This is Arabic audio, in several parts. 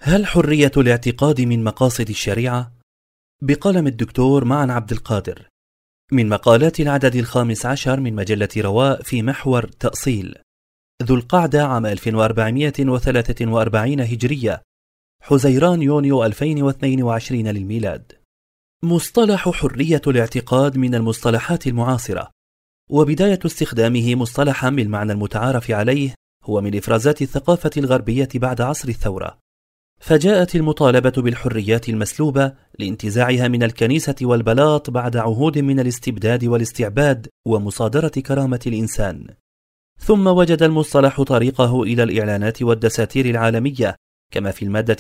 هل حرية الاعتقاد من مقاصد الشريعة؟ بقلم الدكتور معن عبد القادر، من مقالات العدد 15 من مجلة رواء في محور تأصيل، ذو القعدة عام 1443 هجرية، حزيران يونيو 2022 للميلاد. مصطلح حرية الاعتقاد من المصطلحات المعاصرة، وبداية استخدامه مصطلحا بالمعنى المتعارف عليه هو من إفرازات الثقافة الغربية بعد عصر الثورة، فجاءت المطالبة بالحريات المسلوبة لانتزاعها من الكنيسة والبلاط بعد عهود من الاستبداد والاستعباد ومصادرة كرامة الإنسان. ثم وجد المصطلح طريقه إلى الإعلانات والدساتير العالمية، كما في المادة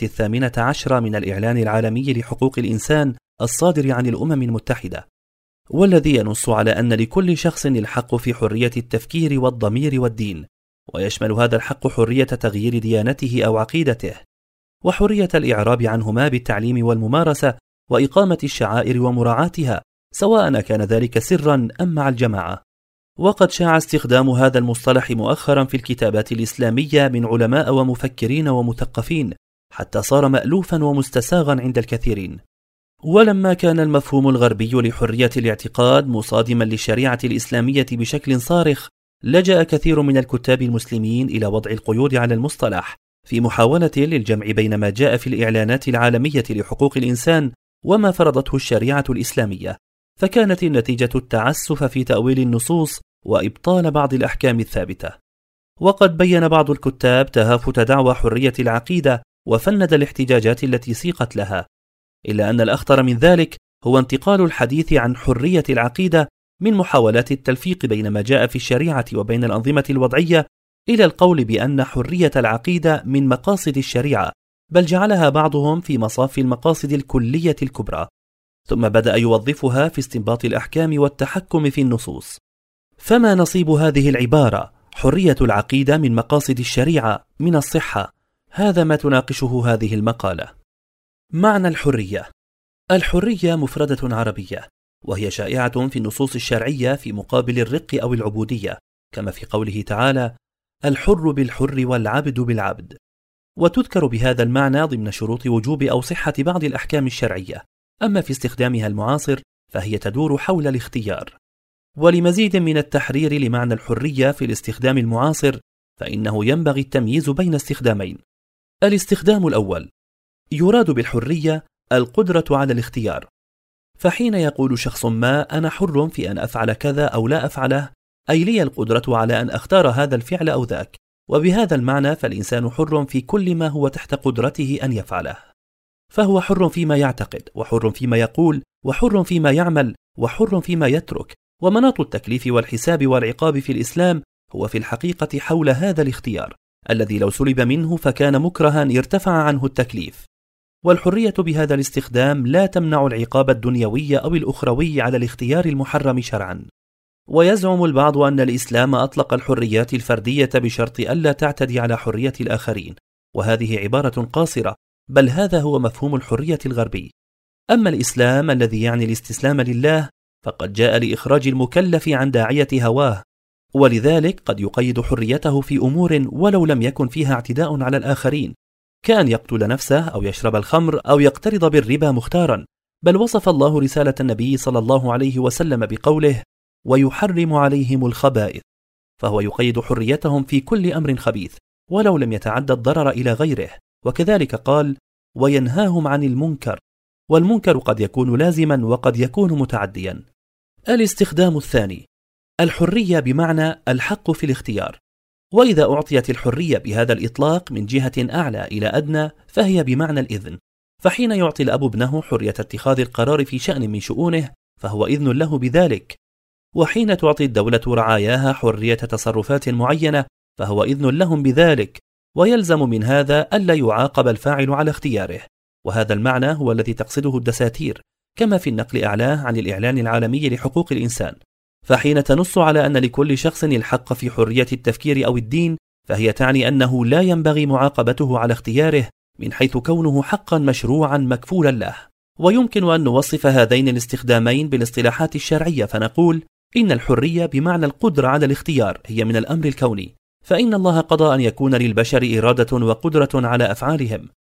18 من الإعلان العالمي لحقوق الإنسان الصادر عن الأمم المتحدة، والذي ينص على أن لكل شخص الحق في حرية التفكير والضمير والدين، ويشمل هذا الحق حرية تغيير ديانته أو عقيدته، وحرية الإعراب عنهما بالتعليم والممارسة وإقامة الشعائر ومراعاتها، سواء كان ذلك سرا أم مع الجماعة. وقد شاع استخدام هذا المصطلح مؤخرا في الكتابات الإسلامية من علماء ومفكرين ومثقفين، حتى صار مألوفا ومستساغا عند الكثيرين. ولما كان المفهوم الغربي لحرية الاعتقاد مصادما للشريعة الإسلامية بشكل صارخ، لجأ كثير من الكتاب المسلمين إلى وضع القيود على المصطلح في محاولة للجمع بين ما جاء في الإعلانات العالمية لحقوق الإنسان وما فرضته الشريعة الإسلامية، فكانت النتيجة التعسف في تأويل النصوص وإبطال بعض الأحكام الثابتة. وقد بين بعض الكتاب تهافت دعوى حرية العقيدة وفند الاحتجاجات التي سيقت لها، إلا أن الأخطر من ذلك هو انتقال الحديث عن حرية العقيدة من محاولات التلفيق بين ما جاء في الشريعة وبين الأنظمة الوضعية إلى القول بأن حرية العقيدة من مقاصد الشريعة، بل جعلها بعضهم في مصاف المقاصد الكلية الكبرى، ثم بدأ يوظفها في استنباط الأحكام والتحكم في النصوص. فما نصيب هذه العبارة حرية العقيدة من مقاصد الشريعة من الصحة؟ هذا ما تناقشه هذه المقالة. معنى الحرية. الحرية مفردة عربية، وهي شائعة في النصوص الشرعية في مقابل الرق أو العبودية، كما في قوله تعالى: الحر بالحر والعبد بالعبد، وتذكر بهذا المعنى ضمن شروط وجوب أو صحة بعض الأحكام الشرعية. أما في استخدامها المعاصر فهي تدور حول الاختيار. ولمزيد من التحرير لمعنى الحرية في الاستخدام المعاصر، فإنه ينبغي التمييز بين استخدامين. الاستخدام الأول: يراد بالحرية القدرة على الاختيار، فحين يقول شخص ما أنا حر في أن أفعل كذا أو لا أفعله، أي لي القدرة على أن أختار هذا الفعل أو ذاك، وبهذا المعنى فالإنسان حر في كل ما هو تحت قدرته أن يفعله، فهو حر فيما يعتقد، وحر فيما يقول، وحر فيما يعمل، وحر فيما يترك. ومناط التكليف والحساب والعقاب في الإسلام هو في الحقيقة حول هذا الاختيار، الذي لو سلب منه فكان مكرها ارتفع عنه التكليف. والحرية بهذا الاستخدام لا تمنع العقاب الدنيوي أو الأخروي على الاختيار المحرم شرعا. ويزعم البعض أن الإسلام أطلق الحريات الفردية بشرط ألا تعتدي على حرية الآخرين، وهذه عبارة قاصرة، بل هذا هو مفهوم الحرية الغربي. أما الإسلام الذي يعني الاستسلام لله فقد جاء لإخراج المكلف عن داعية هواه، ولذلك قد يقيد حريته في أمور ولو لم يكن فيها اعتداء على الآخرين، كأن يقتل نفسه أو يشرب الخمر أو يقترض بالربا مختارا. بل وصف الله رسالة النبي صلى الله عليه وسلم بقوله: ويحرم عليهم الخبائث، فهو يقيد حريتهم في كل أمر خبيث ولو لم يتعدى الضرر إلى غيره. وكذلك قال: وينهاهم عن المنكر، والمنكر قد يكون لازما وقد يكون متعديا. الاستخدام الثاني: الحرية بمعنى الحق في الاختيار، وإذا أعطيت الحرية بهذا الإطلاق من جهة أعلى إلى أدنى فهي بمعنى الإذن، فحين يعطي الأب ابنه حرية اتخاذ القرار في شأن من شؤونه فهو إذن له بذلك، وحين تعطي الدولة رعاياها حرية تصرفات معينة فهو إذن لهم بذلك، ويلزم من هذا ألا يعاقب الفاعل على اختياره. وهذا المعنى هو الذي تقصده الدساتير، كما في النقل أعلاه عن الإعلان العالمي لحقوق الإنسان. فحين تنص على أن لكل شخص الحق في حرية التفكير أو الدين، فهي تعني أنه لا ينبغي معاقبته على اختياره، من حيث كونه حقا مشروعا مكفولا له. ويمكن أن نوصف هذين الاستخدامين بالاصطلاحات الشرعية فنقول: إن الحرية بمعنى القدرة على الاختيار هي من الأمر الكوني، فإن الله قضى أن يكون للبشر إرادة وقدرة على أفعالهم،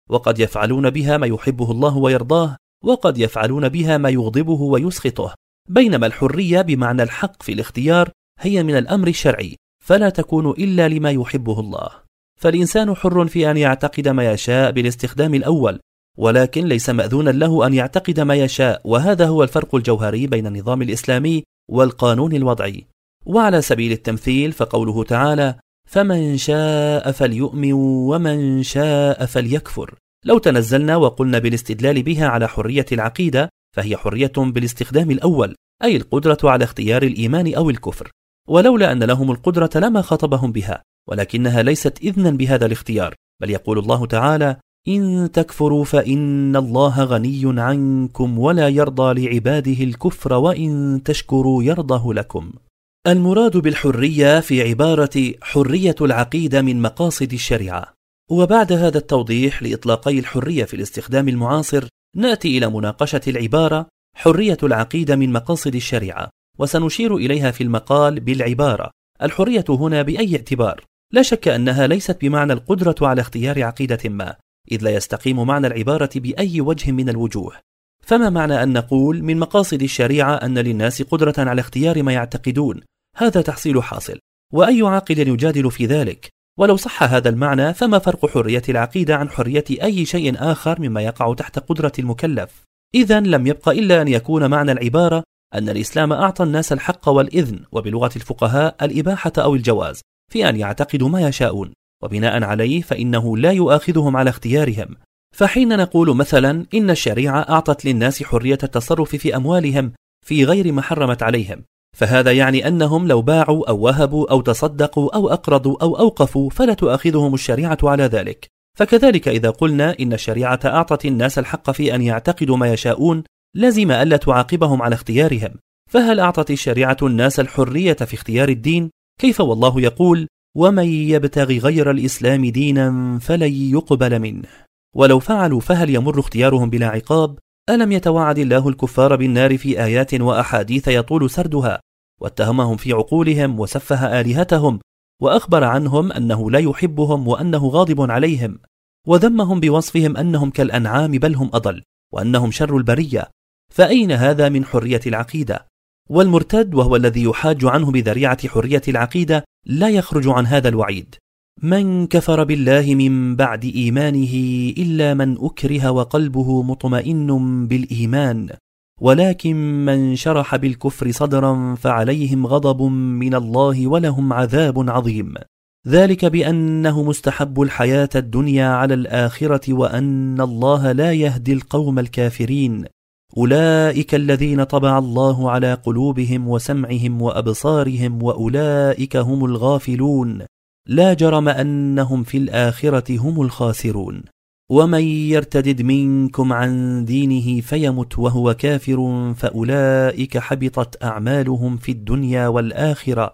وقد يفعلون بها ما يحبه الله ويرضاه، وقد يفعلون بها ما يغضبه ويسخطه، بينما الحرية بمعنى الحق في الاختيار هي من الأمر الشرعي، فلا تكون إلا لما يحبه الله. فالإنسان حر في أن يعتقد ما يشاء بالاستخدام الأول، ولكن ليس مأذونا له أن يعتقد ما يشاء، وهذا هو الفرق الجوهري بين النظام الإسلامي والقانون الوضعي. وعلى سبيل التمثيل فقوله تعالى: فمن شاء فليؤمن ومن شاء فليكفر، لو تنزلنا وقلنا بالاستدلال بها على حرية العقيدة فهي حرية بالاستخدام الأول، أي القدرة على اختيار الإيمان أو الكفر، ولولا أن لهم القدرة لما خاطبهم بها، ولكنها ليست إذنا بهذا الاختيار، بل يقول الله تعالى: إن تكفروا فإن الله غني عنكم ولا يرضى لعباده الكفر وإن تشكروا يرضه لكم. المراد بالحرية في عبارة حرية العقيدة من مقاصد الشريعة. وبعد هذا التوضيح لإطلاقي الحرية في الاستخدام المعاصر، نأتي إلى مناقشة العبارة حرية العقيدة من مقاصد الشريعة، وسنشير إليها في المقال بالعبارة الحرية هنا بأي اعتبار. لا شك أنها ليست بمعنى القدرة على اختيار عقيدة ما، إذ لا يستقيم معنى العبارة بأي وجه من الوجوه. فما معنى أن نقول من مقاصد الشريعة أن للناس قدرة على اختيار ما يعتقدون؟ هذا تحصيل حاصل، وأي عاقل يجادل في ذلك؟ ولو صح هذا المعنى فما فرق حرية العقيدة عن حرية أي شيء آخر مما يقع تحت قدرة المكلف؟ إذن لم يبق إلا أن يكون معنى العبارة أن الإسلام أعطى الناس الحق والإذن، وبلغة الفقهاء الإباحة أو الجواز، في أن يعتقدوا ما يشاءون، وبناء عليه فإنه لا يؤاخذهم على اختيارهم. فحين نقول مثلا إن الشريعة أعطت للناس حرية التصرف في أموالهم في غير ما حرمت عليهم، فهذا يعني أنهم لو باعوا أو وهبوا أو تصدقوا أو أقرضوا أو أوقفوا فلا تؤاخذهم الشريعة على ذلك. فكذلك إذا قلنا إن الشريعة أعطت الناس الحق في أن يعتقدوا ما يشاءون، لازم ألا تعاقبهم على اختيارهم. فهل أعطت الشريعة الناس الحرية في اختيار الدين؟ كيف والله يقول: ومن يبتغي غير الإسلام دينا فلن يقبل منه. ولو فعلوا فهل يمر اختيارهم بلا عقاب؟ ألم يتوعد الله الكفار بالنار في آيات وأحاديث يطول سردها، واتهمهم في عقولهم وسفه آلهتهم، وأخبر عنهم أنه لا يحبهم وأنه غاضب عليهم، وذمهم بوصفهم أنهم كالأنعام بل هم أضل، وأنهم شر البرية. فأين هذا من حرية العقيدة؟ والمرتد وهو الذي يحاج عنه بذريعة حرية العقيدة لا يخرج عن هذا الوعيد: من كفر بالله من بعد إيمانه إلا من أكره وقلبه مطمئن بالإيمان، ولكن من شرح بالكفر صدرا فعليهم غضب من الله ولهم عذاب عظيم، ذلك بأنه مستحب الحياة الدنيا على الآخرة وأن الله لا يهدي القوم الكافرين، أولئك الذين طبع الله على قلوبهم وسمعهم وأبصارهم وأولئك هم الغافلون، لا جرم أنهم في الآخرة هم الخاسرون. ومن يرتدد منكم عن دينه فيمت وهو كافر فأولئك حبطت أعمالهم في الدنيا والآخرة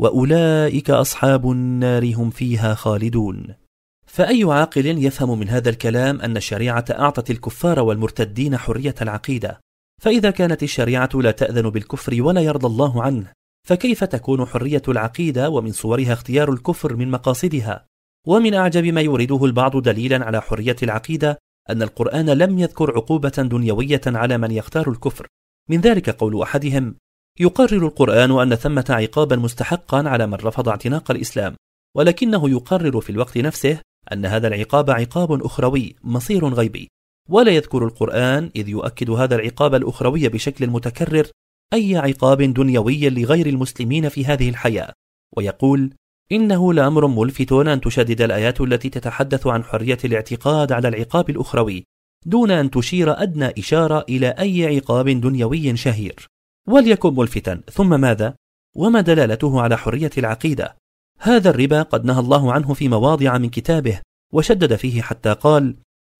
وأولئك أصحاب النار هم فيها خالدون. فأي عاقل يفهم من هذا الكلام أن الشريعة أعطت الكفار والمرتدين حرية العقيدة؟ فإذا كانت الشريعة لا تأذن بالكفر ولا يرضى الله عنه، فكيف تكون حرية العقيدة ومن صورها اختيار الكفر من مقاصدها؟ ومن أعجب ما يريده البعض دليلا على حرية العقيدة أن القرآن لم يذكر عقوبة دنيوية على من يختار الكفر. من ذلك قول أحدهم: يقرر القرآن أن ثمة عقابا مستحقا على من رفض اعتناق الإسلام، ولكنه يقرر في الوقت نفسه أن هذا العقاب عقاب أخروي مصير غيبي، ولا يذكر القرآن إذ يؤكد هذا العقاب الأخروي بشكل متكرر أي عقاب دنيوي لغير المسلمين في هذه الحياة، ويقول: إنه لأمر ملفت أن تشدد الآيات التي تتحدث عن حرية الاعتقاد على العقاب الأخروي دون أن تشير أدنى إشارة إلى أي عقاب دنيوي شهير. وليكن ملفتا، ثم ماذا؟ وما دلالته على حرية العقيدة؟ هذا الربا قد نهى الله عنه في مواضع من كتابه، وشدد فيه حتى قال: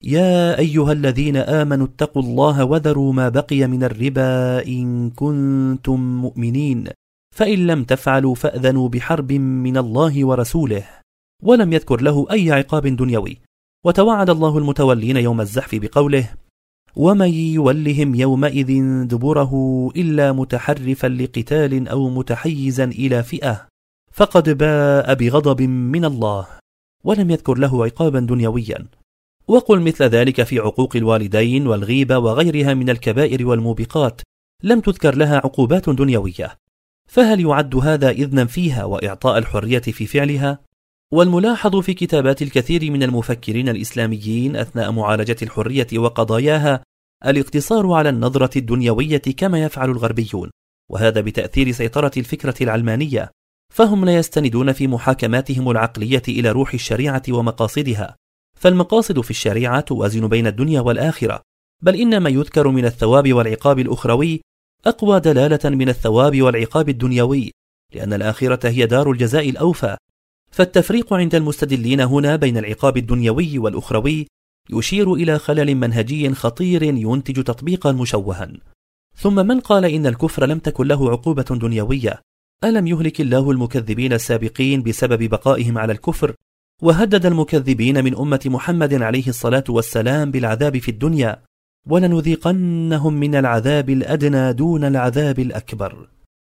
يا أيها الذين آمنوا اتقوا الله وذروا ما بقي من الربا إن كنتم مؤمنين، فإن لم تفعلوا فأذنوا بحرب من الله ورسوله. ولم يذكر له أي عقاب دنيوي. وتوعد الله المتولين يوم الزحف بقوله: ومن يولهم يومئذ دبره إلا متحرفا لقتال أو متحيزا إلى فئة فقد باء بغضب من الله. ولم يذكر له عقابا دنيويا. وقل مثل ذلك في عقوق الوالدين والغيبة وغيرها من الكبائر والموبقات لم تذكر لها عقوبات دنيوية، فهل يعد هذا إذنا فيها وإعطاء الحرية في فعلها؟ والملاحظ في كتابات الكثير من المفكرين الإسلاميين أثناء معالجة الحرية وقضاياها الاقتصار على النظرة الدنيوية كما يفعل الغربيون، وهذا بتأثير سيطرة الفكرة العلمانية، فهم لا يستندون في محاكماتهم العقلية إلى روح الشريعة ومقاصدها، فالمقاصد في الشريعة توازن بين الدنيا والآخرة، بل إن ما يذكر من الثواب والعقاب الأخروي أقوى دلالة من الثواب والعقاب الدنيوي، لأن الآخرة هي دار الجزاء الأوفى. فالتفريق عند المستدلين هنا بين العقاب الدنيوي والأخروي يشير إلى خلل منهجي خطير ينتج تطبيقا مشوها. ثم من قال إن الكفر لم تكن له عقوبة دنيوية؟ ألم يهلك الله المكذبين السابقين بسبب بقائهم على الكفر، وهدد المكذبين من أمة محمد عليه الصلاة والسلام بالعذاب في الدنيا، ولنذيقنهم من العذاب الأدنى دون العذاب الأكبر.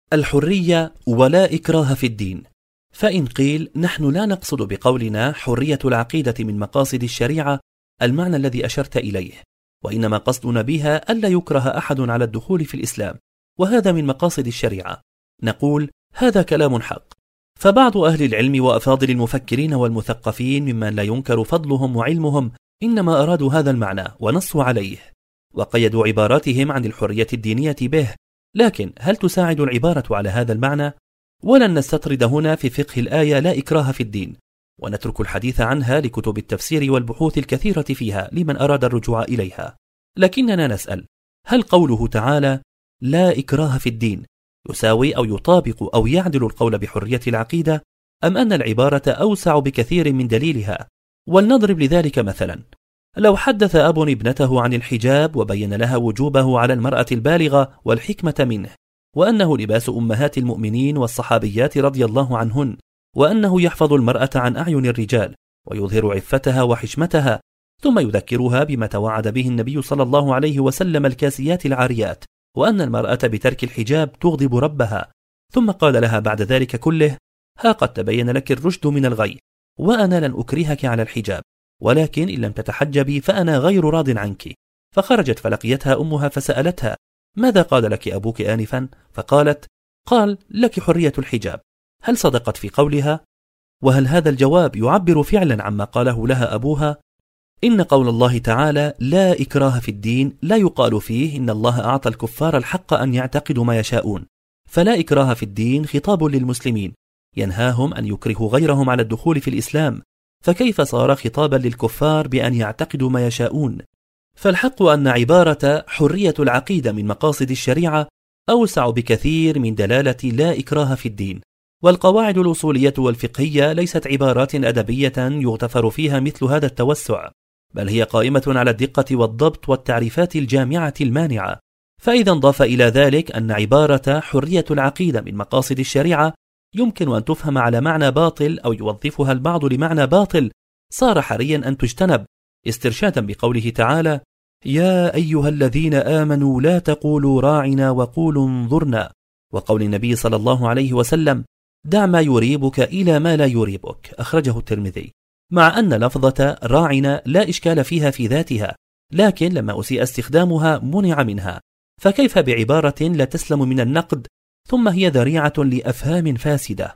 الحرية ولا إكراه في الدين. فإن قيل نحن لا نقصد بقولنا حرية العقيدة من مقاصد الشريعة المعنى الذي أشرت إليه، وإنما قصدنا بها ألا يكره أحد على الدخول في الإسلام، وهذا من مقاصد الشريعة، نقول هذا كلام حق. فبعض أهل العلم وأفاضل المفكرين والمثقفين ممن لا ينكر فضلهم وعلمهم إنما أرادوا هذا المعنى ونصوا عليه، وقيدوا عباراتهم عن الحرية الدينية به. لكن هل تساعد العبارة على هذا المعنى؟ ولن نستطرد هنا في فقه الآية لا إكراه في الدين، ونترك الحديث عنها لكتب التفسير والبحوث الكثيرة فيها لمن أراد الرجوع إليها، لكننا نسأل: هل قوله تعالى لا إكراه في الدين يساوي أو يطابق أو يعدل القول بحرية العقيدة، أم أن العبارة أوسع بكثير من دليلها؟ ولنضرب لذلك مثلا: لو حدث أب ابنته عن الحجاب وبين لها وجوبه على المرأة البالغة والحكمة منه، وأنه لباس أمهات المؤمنين والصحابيات رضي الله عنهن، وأنه يحفظ المرأة عن أعين الرجال ويظهر عفتها وحشمتها، ثم يذكرها بما توعد به النبي صلى الله عليه وسلم الكاسيات العاريات، وأن المرأة بترك الحجاب تغضب ربها، ثم قال لها بعد ذلك كله: ها قد تبين لك الرشد من الغي، وأنا لن أكرهك على الحجاب، ولكن إن لم تتحجبي فأنا غير راض عنك. فخرجت فلقيتها أمها فسألتها: ماذا قال لك أبوك آنفا؟ فقالت: قال لك حرية الحجاب. هل صدقت في قولها؟ وهل هذا الجواب يعبر فعلا عما قاله لها أبوها؟ إن قول الله تعالى لا إكراه في الدين لا يقال فيه إن الله أعطى الكفار الحق أن يعتقدوا ما يشاءون، فلا إكراه في الدين خطاب للمسلمين ينهاهم أن يكرهوا غيرهم على الدخول في الإسلام، فكيف صار خطابا للكفار بأن يعتقدوا ما يشاءون؟ فالحق أن عبارة حرية العقيدة من مقاصد الشريعة أوسع بكثير من دلالة لا إكراه في الدين، والقواعد الأصولية والفقهية ليست عبارات أدبية يغتفر فيها مثل هذا التوسع، بل هي قائمة على الدقة والضبط والتعريفات الجامعة المانعة. فإذا انضاف إلى ذلك أن عبارة حرية العقيدة من مقاصد الشريعة يمكن أن تفهم على معنى باطل أو يوظفها البعض لمعنى باطل، صار حريا أن تجتنب، استرشادا بقوله تعالى: يا أيها الذين آمنوا لا تقولوا راعنا وقولوا انظرنا، وقول النبي صلى الله عليه وسلم: دع ما يريبك إلى ما لا يريبك، أخرجه الترمذي. مع أن لفظة راعنا لا إشكال فيها في ذاتها، لكن لما أسيء استخدامها منع منها، فكيف بعبارة لا تسلم من النقد ثم هي ذريعة لأفهام فاسدة؟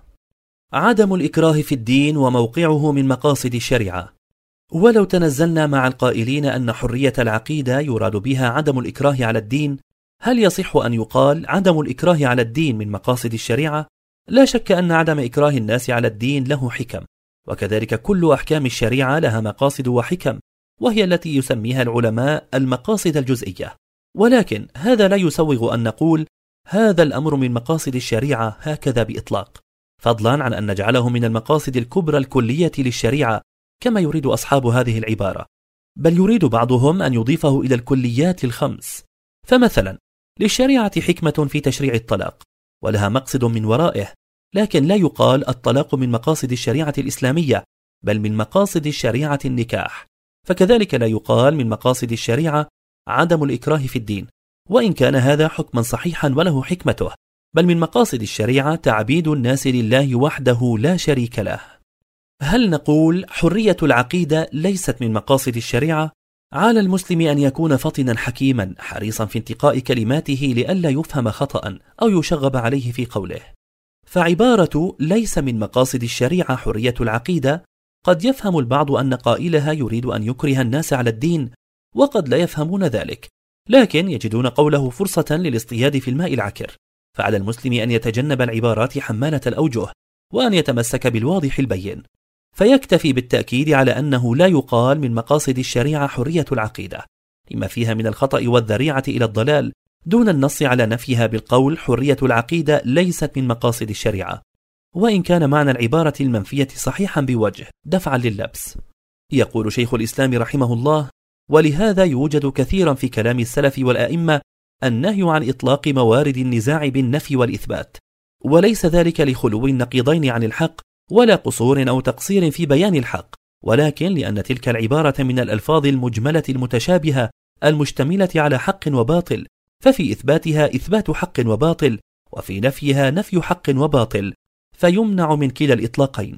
عدم الإكراه في الدين وموقعه من مقاصد الشريعة. ولو تنزلنا مع القائلين أن حرية العقيدة يراد بها عدم الإكراه على الدين، هل يصح أن يقال عدم الإكراه على الدين من مقاصد الشريعة؟ لا شك أن عدم إكراه الناس على الدين له حكم، وكذلك كل أحكام الشريعة لها مقاصد وحكم، وهي التي يسميها العلماء المقاصد الجزئية. ولكن هذا لا يسوغ أن نقول هذا الأمر من مقاصد الشريعة هكذا بإطلاق، فضلا عن أن نجعله من المقاصد الكبرى الكلية للشريعة كما يريد أصحاب هذه العبارة، بل يريد بعضهم أن يضيفه إلى الكليات الخمس. فمثلا للشريعة حكمة في تشريع الطلاق ولها مقصد من ورائه، لكن لا يقال الطلاق من مقاصد الشريعة الإسلامية، بل من مقاصد الشريعة النكاح. فكذلك لا يقال من مقاصد الشريعة عدم الإكراه في الدين، وإن كان هذا حكما صحيحا وله حكمته، بل من مقاصد الشريعة تعبيد الناس لله وحده لا شريك له. هل نقول حرية العقيدة ليست من مقاصد الشريعة؟ على المسلم أن يكون فطنا حكيما حريصا في انتقاء كلماته لئلا يفهم خطأ أو يشغب عليه في قوله. فعبارة ليس من مقاصد الشريعة حرية العقيدة قد يفهم البعض أن قائلها يريد أن يكره الناس على الدين، وقد لا يفهمون ذلك، لكن يجدون قوله فرصة للاصطياد في الماء العكر. فعلى المسلم أن يتجنب العبارات حمالة الأوجه، وأن يتمسك بالواضح البين، فيكتفي بالتأكيد على أنه لا يقال من مقاصد الشريعة حرية العقيدة لما فيها من الخطأ والذريعة إلى الضلال، دون النص على نفيها بالقول حرية العقيدة ليست من مقاصد الشريعة، وإن كان معنى العبارة المنفية صحيحا بوجه دفعا لللبس. يقول شيخ الإسلام رحمه الله: ولهذا يوجد كثيرا في كلام السلف والآئمة النهي عن إطلاق موارد النزاع بالنفي والإثبات، وليس ذلك لخلو النقيضين عن الحق ولا قصور أو تقصير في بيان الحق، ولكن لأن تلك العبارة من الألفاظ المجملة المتشابهة المشتملة على حق وباطل، ففي إثباتها إثبات حق وباطل، وفي نفيها نفي حق وباطل، فيمنع من كلا الإطلاقين.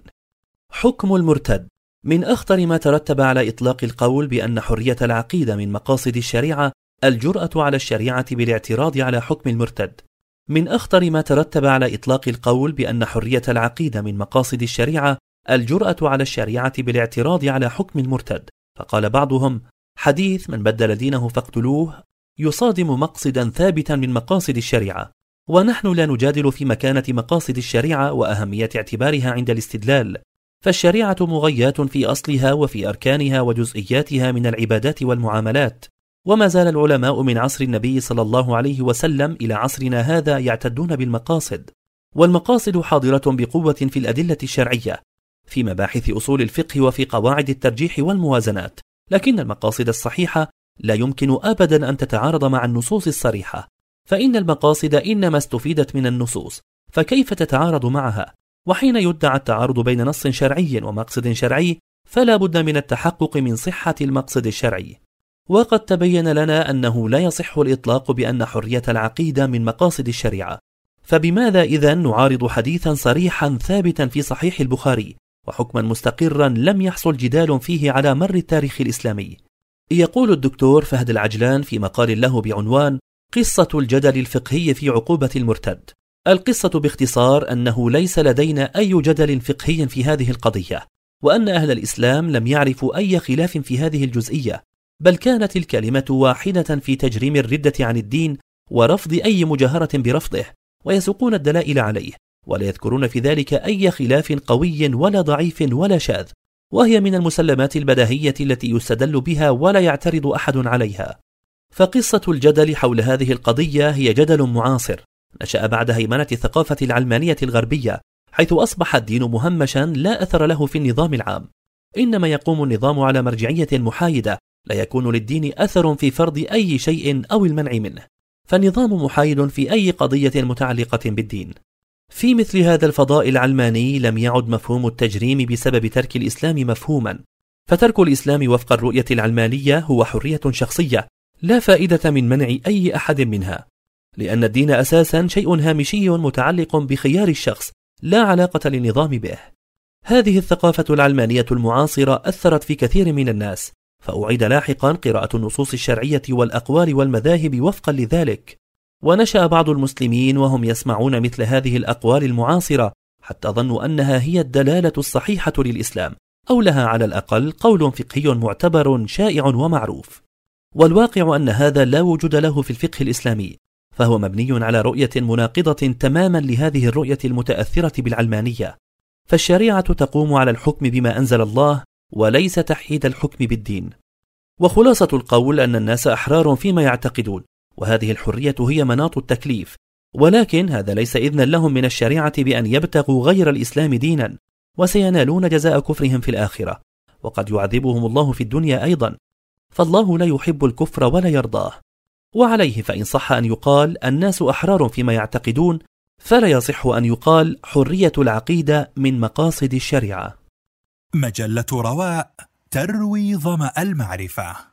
حكم المرتد. من أخطر ما ترتب على إطلاق القول بأن حرية العقيدة من مقاصد الشريعة الجرأة على الشريعة بالاعتراض على حكم المرتد. من أخطر ما ترتب على إطلاق القول بأن حرية العقيدة من مقاصد الشريعة الجرأة على الشريعة بالاعتراض على حكم المرتد، فقال بعضهم: حديث من بدل دينه فاقتلوه يصادم مقصدا ثابتا من مقاصد الشريعة، ونحن لا نجادل في مكانة مقاصد الشريعة وأهمية اعتبارها عند الاستدلال، فالشريعة مغياة في أصلها وفي أركانها وجزئياتها من العبادات والمعاملات، وما زال العلماء من عصر النبي صلى الله عليه وسلم إلى عصرنا هذا يعتدون بالمقاصد، والمقاصد حاضرة بقوة في الأدلة الشرعية في مباحث أصول الفقه وفي قواعد الترجيح والموازنات، لكن المقاصد الصحيحة لا يمكن أبدا أن تتعارض مع النصوص الصريحة، فإن المقاصد إنما استفيدت من النصوص، فكيف تتعارض معها؟ وحين يدعى التعارض بين نص شرعي ومقصد شرعي فلا بد من التحقق من صحة المقصد الشرعي. وقد تبين لنا أنه لا يصح الإطلاق بأن حرية العقيدة من مقاصد الشريعة، فبماذا إذن نعارض حديثا صريحا ثابتا في صحيح البخاري وحكما مستقرا لم يحصل جدال فيه على مر التاريخ الإسلامي؟ يقول الدكتور فهد العجلان في مقال له بعنوان قصة الجدل الفقهي في عقوبة المرتد: القصة باختصار أنه ليس لدينا أي جدل فقهي في هذه القضية، وأن أهل الإسلام لم يعرفوا أي خلاف في هذه الجزئية، بل كانت الكلمة واحدة في تجريم الردة عن الدين ورفض أي مجاهرة برفضه، ويسوقون الدلائل عليه، ولا يذكرون في ذلك أي خلاف قوي ولا ضعيف ولا شاذ، وهي من المسلمات البديهية التي يستدل بها ولا يعترض أحد عليها. فقصة الجدل حول هذه القضية هي جدل معاصر نشأ بعد هيمنة الثقافة العلمانية الغربية، حيث أصبح الدين مهمشا لا أثر له في النظام العام، إنما يقوم النظام على مرجعية محايدة لا يكون للدين أثر في فرض أي شيء أو المنع منه، فالنظام محايد في أي قضية متعلقة بالدين. في مثل هذا الفضاء العلماني لم يعد مفهوم التجريم بسبب ترك الإسلام مفهوما، فترك الإسلام وفق الرؤية العلمانية هو حرية شخصية لا فائدة من منع أي أحد منها، لأن الدين أساسا شيء هامشي متعلق بخيار الشخص لا علاقة للنظام به. هذه الثقافة العلمانية المعاصرة أثرت في كثير من الناس، فأعيد لاحقا قراءة النصوص الشرعية والأقوال والمذاهب وفقا لذلك، ونشأ بعض المسلمين وهم يسمعون مثل هذه الأقوال المعاصرة حتى ظنوا أنها هي الدلالة الصحيحة للإسلام، أو لها على الأقل قول فقهي معتبر شائع ومعروف. والواقع أن هذا لا وجود له في الفقه الإسلامي، فهو مبني على رؤية مناقضة تماما لهذه الرؤية المتأثرة بالعلمانية، فالشريعة تقوم على الحكم بما أنزل الله وليس تحييد الحكم بالدين. وخلاصة القول أن الناس أحرار فيما يعتقدون، وهذه الحرية هي مناط التكليف، ولكن هذا ليس إذنا لهم من الشريعة بأن يبتغوا غير الإسلام دينا، وسينالون جزاء كفرهم في الآخرة، وقد يعذبهم الله في الدنيا أيضا، فالله لا يحب الكفر ولا يرضاه. وعليه فإن صح أن يقال الناس أحرار فيما يعتقدون، فلا يصح أن يقال حرية العقيدة من مقاصد الشريعة. مجلة رواء تروي ظمأ المعرفة.